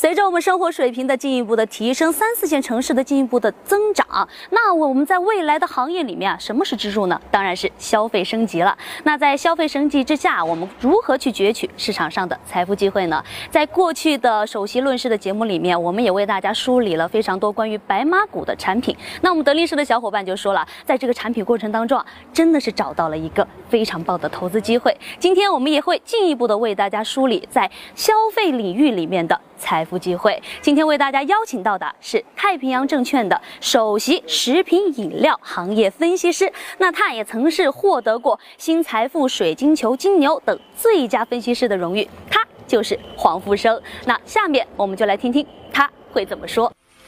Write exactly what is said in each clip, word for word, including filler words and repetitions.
随着我们生活水平的进一步的提升，三四线城市的进一步的增长，那我们在未来的行业里面啊，什么是支柱呢？当然是消费升级了。那在消费升级之下，我们如何去攫取市场上的财富机会呢？在过去的首席论师的节目里面，我们也为大家梳理了非常多关于白马股的产品。那我们德力士的小伙伴就说了，在这个产品过程当中啊，真的是找到了一个非常棒的投资机会。今天我们也会进一步的为大家梳理在消费领域里面的财富机会。今天为大家邀请到的是太平洋证券的首席食品饮料行业分析师，那他也曾是获得过新财富、水晶球、金牛等最佳分析师的荣誉，他就是黄福生。那下面我们就来听听他会怎么说。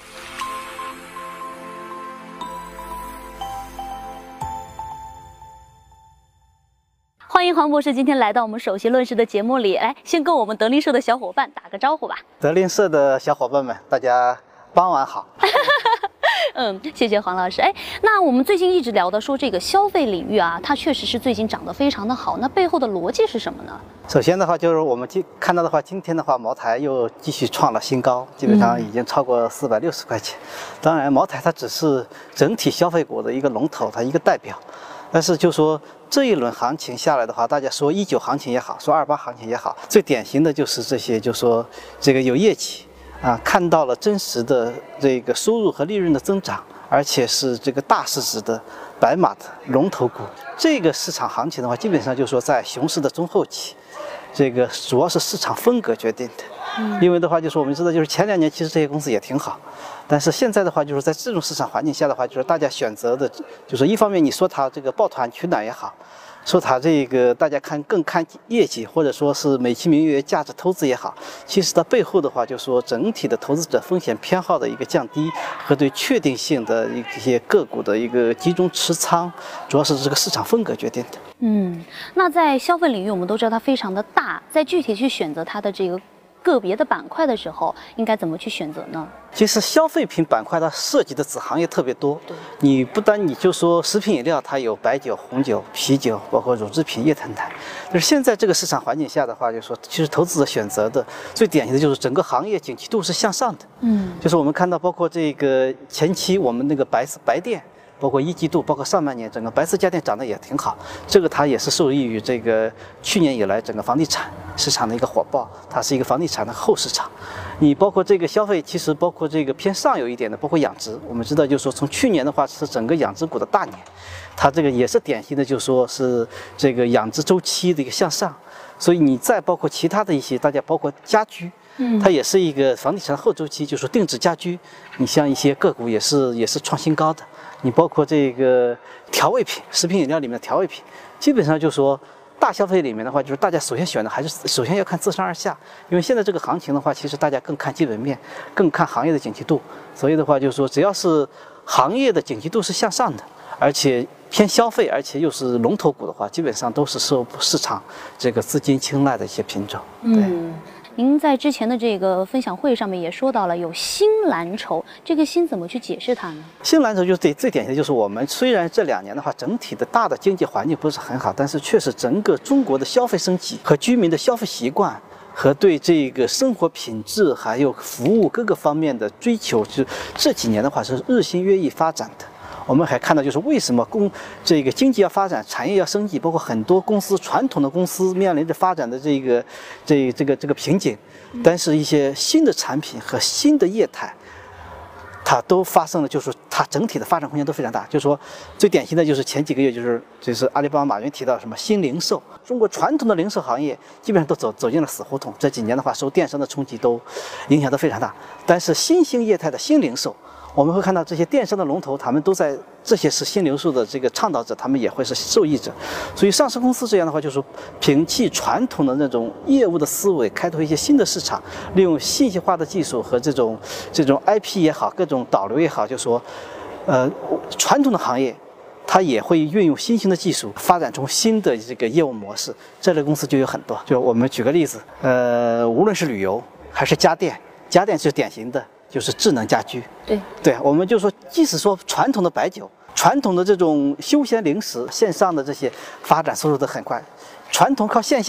欢迎黄博士今天来到我们首席论师的节目里，来先跟我们德林社的小伙伴打个招呼吧。 德林社的小伙伴们，大家傍晚好。 嗯，谢谢黄老师。哎，那我们最近一直聊的说这个消费领域啊，它确实是最近涨得非常的好，那背后的逻辑是什么呢？ 首先的话，就是我们今看到的话，今天的话，茅台又继续创了新高，基本上已经超过四百六十块钱。嗯、当然，茅台它只是整体消费股的一个龙头，它一个代表。但是就说这一轮行情下来的话，大家说一九行情也好，说二八行情也好，最典型的就是这些，就说这个有业绩啊，看到了真实的这个收入和利润的增长，而且是这个大市值的白马的龙头股。这个市场行情的话，基本上就是说在熊市的中后期，这个主要是市场风格决定的。嗯、因为的话，就是我们知道，就是前两年其实这些公司也挺好。但是现在的话，就是在这种市场环境下的话，就是大家选择的，就是一方面你说它这个抱团取暖也好，说它这个大家看更看业绩，或者说是美其名曰价值投资也好，其实它背后的话，就是说整体的投资者风险偏好的一个降低和对确定性的一些个股的一个集中持仓，主要是这个市场风格决定的。 嗯，那在消费领域，我们都知道它非常的大，在具体去选择它的这个个别的板块的时候，应该怎么去选择呢？ 其实消费品板块它涉及的子行业特别多，你不单你就说食品饮料，它有白酒、红酒、啤酒，包括乳制品、液态奶。但是现在这个市场环境下的话，就是说其实投资者选择的最典型的就是整个行业景气度是向上的。嗯，就是我们看到包括这个前期我们那个白白电。包括一季度，包括上半年，整个白色家电涨得也挺好。这个它也是受益于这个去年以来整个房地产市场的一个火爆，它是一个房地产的后市场。你包括这个消费，其实包括这个偏上游一点的，包括养殖。我们知道，就是说从去年的话是整个养殖股的大年，它这个也是典型的，就是说是这个养殖周期的一个向上。所以你再包括其他的一些，大家包括家居。嗯，它也是一个房地产后周期，就是说定制家居，你像一些个股也是也是创新高的。你包括这个调味品、食品饮料里面的调味品，基本上就说大消费里面的话，就是大家首先选的还是首先要看自上而下，因为现在这个行情的话，其实大家更看基本面，更看行业的景气度。所以的话，就是说只要是行业的景气度是向上的，而且偏消费，而且又是龙头股的话，基本上都是受市场这个资金青睐的一些品种。对。 嗯，您在之前的这个分享会上面也说到了有新蓝筹，这个新怎么去解释它呢？ 新蓝筹就是最最典型的就是我们虽然这两年的话整体的大的经济环境不是很好，但是确实整个中国的消费升级和居民的消费习惯和对这个生活品质还有服务各个方面的追求，就这几年的话是日新月异发展的。我们还看到，就是为什么公这个经济要发展，产业要升级，包括很多公司传统的公司面临着发展的这个这这个这个瓶颈，但是一些新的产品和新的业态，它都发生了，就是它整体的发展空间都非常大。就是说，最典型的就是前几个月，就是就是阿里巴巴马云提到什么新零售，中国传统的零售行业基本上都走走进了死胡同。这几年的话，受电商的冲击都影响都非常大，但是新兴业态的新零售。我们会看到这些电商的龙头，他们都在这些是新零售的这个倡导者，他们也会是受益者。所以上市公司这样的话，就是摒弃传统的那种业务的思维，开拓一些新的市场，利用信息化的技术和这种这种 I P 也好，各种导流也好，就说，呃，传统的行业，它也会运用新兴的技术，发展出新的这个业务模式。这类公司就有很多。就我们举个例子，呃，无论是旅游还是家电，家电是典型的。就是智能家居， 对对，我们就说，即使说传统的白酒、传统的这种休闲零食，线上的这些发展速度都很快，传统靠线下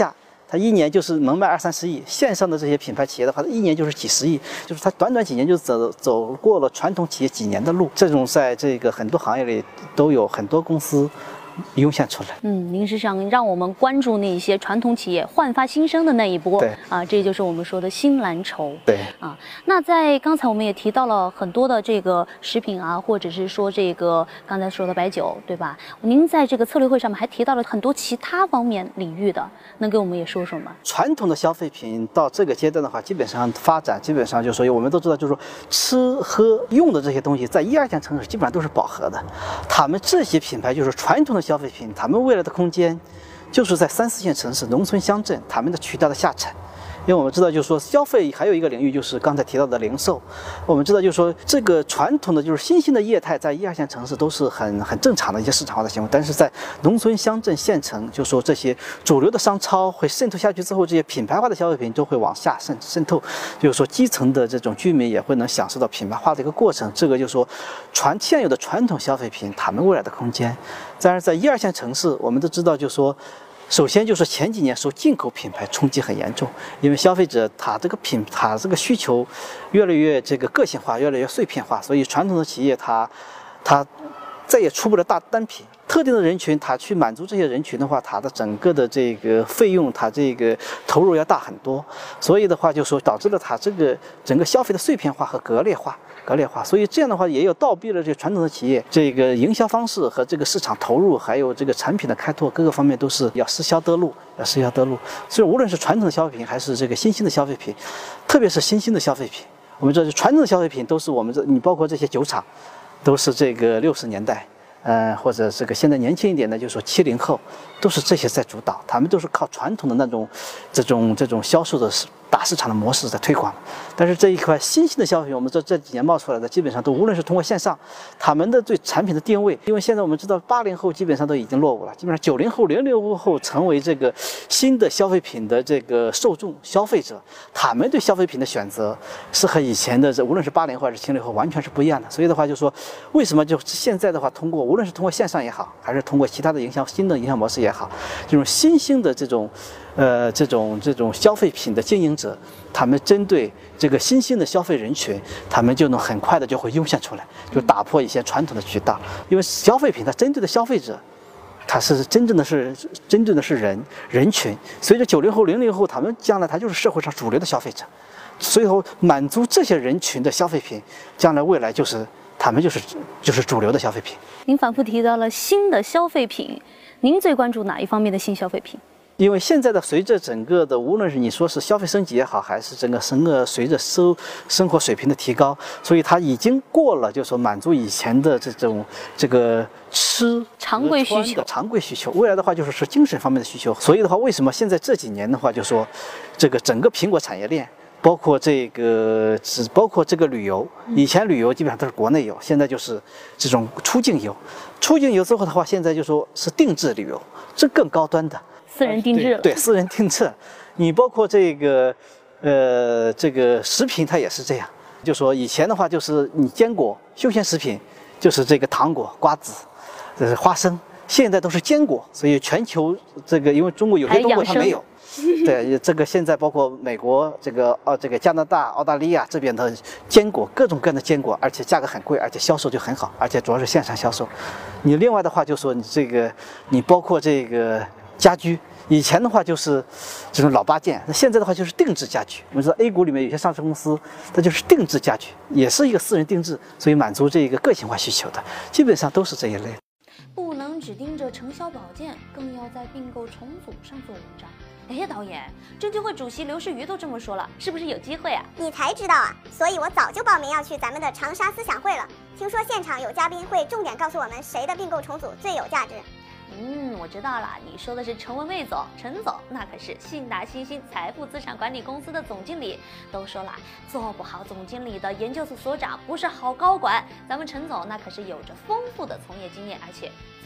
它一年就是能卖二三十亿。线上的这些品牌企业的话，一年就是几十亿，就是它短短几年就走走过了传统企业几年的路。这种在这个很多行业里都有很多公司涌现出来。 嗯，您是想让我们关注那些传统企业焕发新生的那一波？ 对啊，这就是我们说的新蓝筹。 对啊，那在刚才我们也提到了很多的这个食品啊，或者是说这个刚才说的白酒，对吧？您在这个策略会上面还提到了很多其他方面领域的，能给我们也说说吗？ 传统的消费品到这个阶段的话，基本上发展基本上就是说，我们都知道，就是说吃喝用的这些东西，在一二线城市基本上都是饱和的。他们这些品牌就是传统的消费品，他们未来的空间就是在三四线城市、农村乡镇，他们的渠道的下沉。因为我们知道，就是说消费还有一个领域，就是刚才提到的零售。我们知道，就是说这个传统的就是新兴的业态，在一二线城市都是很很正常的一些市场化的行为，但是在农村乡镇县城，就是说这些主流的商超会渗透下去之后，这些品牌化的消费品都会往下渗渗透，就是说基层的这种居民也会能享受到品牌化的一个过程。这个就是说传现有的传统消费品他们未来的空间。当然，在一二线城市，我们都知道，就是说。首先就是前几年受进口品牌冲击很严重，因为消费者他这个品他这个需求越来越这个个性化，越来越碎片化，所以传统的企业它它再也出不了大单品。特定的人群，他去满足这些人群的话，他的整个的这个费用，他这个投入要大很多。所以的话，就说导致了他这个整个消费的碎片化和割裂化。割裂化，所以这样的话也有倒逼了这传统的企业这个营销方式和这个市场投入，还有这个产品的开拓，各个方面都是要失效得路，要失效得路。所以无论是传统的消费品还是这个新兴的消费品，特别是新兴的消费品，我们知道传统的消费品都是我们这你包括这些酒厂，都是这个六十年代。呃，或者这个现在年轻一点的，就是说七零后，都是这些在主导，他们都是靠传统的那种，这种这种销售的大市场的模式在推广。但是这一块新兴的消费品，我们这这几年冒出来的，基本上都无论是通过线上，他们的对产品的定位，因为现在我们知道八零后基本上都已经落伍了，基本上九零后、零零后成为这个新的消费品的这个受众消费者，他们对消费品的选择是和以前的这无论是八零后还是七零后完全是不一样的。所以的话，就说为什么就现在的话，通过无论是通过线上也好，还是通过其他的营销新的营销模式也好，这种新兴的这种，呃，这种这种消费品的经营者，他们针对这个新兴的消费人群，他们就能很快的就会涌现出来，就打破一些传统的渠道。因为消费品它针对的消费者，它是真正的是针对的是人人群。随着九零后、零零后，他们将来他就是社会上主流的消费者，所以说满足这些人群的消费品，将来未来就是他们就是就是主流的消费品。 您反复提到了新的消费品，您最关注哪一方面的新消费品？ 因为现在的随着整个的，无论是你说是消费升级也好，还是整个整个随着收生活水平的提高，所以它已经过了，就是说满足以前的这种这个吃常规需求， 常规需求。未来的话就是是精神方面的需求。所以的话，为什么现在这几年的话，就说这个整个苹果产业链。包括这个，只包括这个旅游，以前旅游基本上都是国内游，现在就是这种出境游。出境游之后的话，现在就说是定制旅游，这更高端的私人定制了。 对，对，私人定制。你包括这个，呃，这个食品它也是这样，就说以前的话就是你坚果、休闲食品，就是这个糖果、瓜子，这是花生，现在都是坚果，所以全球这个因为中国有些中国它没有。对，这个现在包括美国、这个呃、这个加拿大、澳大利亚这边的坚果，各种各样的坚果，而且价格很贵，而且销售就很好，而且主要是线上销售。你另外的话就说你这个，你包括这个家居，以前的话就是这种老八件，那现在的话就是定制家居。我们知道 A 股里面有些上市公司，它就是定制家居，也是一个私人定制，所以满足这个个性化需求的，基本上都是这一类。 不能只盯着承销保健，更要在并购重组上做文章。哎，导演，证监会主席刘士余都这么说了，是不是有机会啊？ 你才知道啊！所以我早就报名要去咱们的长沙思想会了。听说现场有嘉宾会重点告诉我们谁的并购重组最有价值。 嗯，我知道了，你说的是陈文蔚总，陈总那可是信达新兴财富资产管理公司的总经理。都说了，做不好总经理的研究所所长不是好高管。咱们陈总那可是有着丰富的从业经验，而且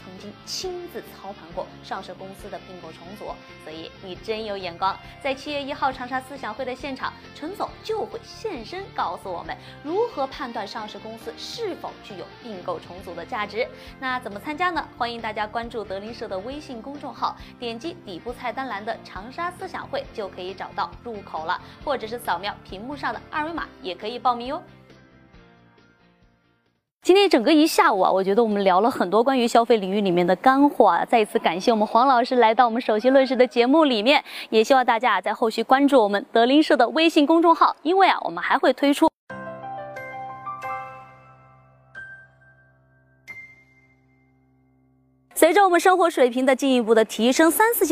曾经亲自操盘过上市公司的并购重组，所以你真有眼光。在七月一号长沙思想会的现场，陈总就会现身告诉我们如何判断上市公司是否具有并购重组的价值。那怎么参加呢？欢迎大家关注德林社的微信公众号，点击底部菜单栏的长沙思想会就可以找到入口了，或者是扫描屏幕上的二维码也可以报名哟。今天整个一下午啊，我觉得我们聊了很多关于消费领域里面的干货啊。再一次感谢我们黄老师来到我们首席论师的节目里面，也希望大家在后续关注我们德林社的微信公众号，因为啊，我们还会推出随着我们生活水平的进一步的提升，三四线